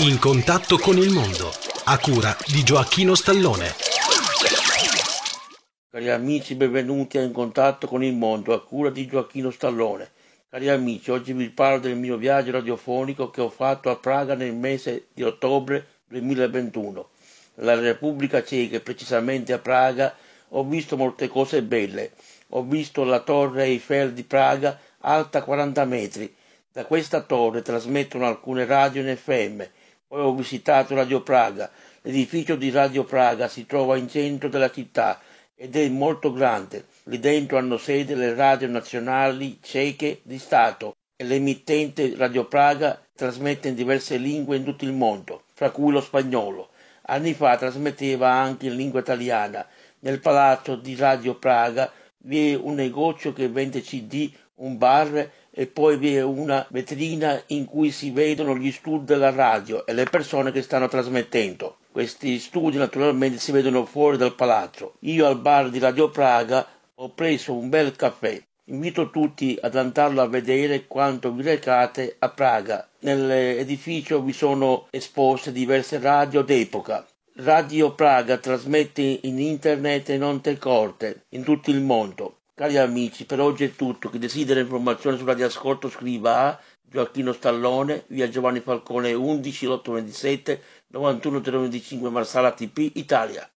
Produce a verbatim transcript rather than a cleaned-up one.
In contatto con il mondo, a cura di Gioacchino Stallone. Cari amici, benvenuti a In contatto con il mondo, a cura di Gioacchino Stallone. Cari amici, oggi vi parlo del mio viaggio radiofonico che ho fatto a Praga nel mese di ottobre duemilaventuno. Nella Repubblica Ceca, precisamente a Praga, ho visto molte cose belle. Ho visto la Torre Eiffel di Praga, alta quaranta metri. Da questa torre trasmettono alcune radio in F M. Poi ho visitato Radio Praga. L'edificio di Radio Praga si trova in centro della città ed è molto grande. Lì dentro hanno sede le radio nazionali ceche di Stato e l'emittente Radio Praga trasmette in diverse lingue in tutto il mondo, fra cui lo spagnolo. Anni fa trasmetteva anche in lingua italiana. Nel palazzo di Radio Praga vi è un negozio che vende C D, un bar e poi vi è una vetrina in cui si vedono gli studi della radio e le persone che stanno trasmettendo. Questi studi naturalmente si vedono fuori dal palazzo. Io al bar di Radio Praga ho preso un bel caffè. Invito tutti ad andarlo a vedere quando vi recate a Praga. Nell'edificio vi sono esposte diverse radio d'epoca. Radio Praga trasmette in internet e in onde corte in tutto il mondo. Cari amici, per oggi è tutto. Chi desidera informazioni sul radioascolto scriva a Gioacchino Stallone, via Giovanni Falcone undici, ottocentoventisette, novantuno zero venticinque Marsala T P, Italia.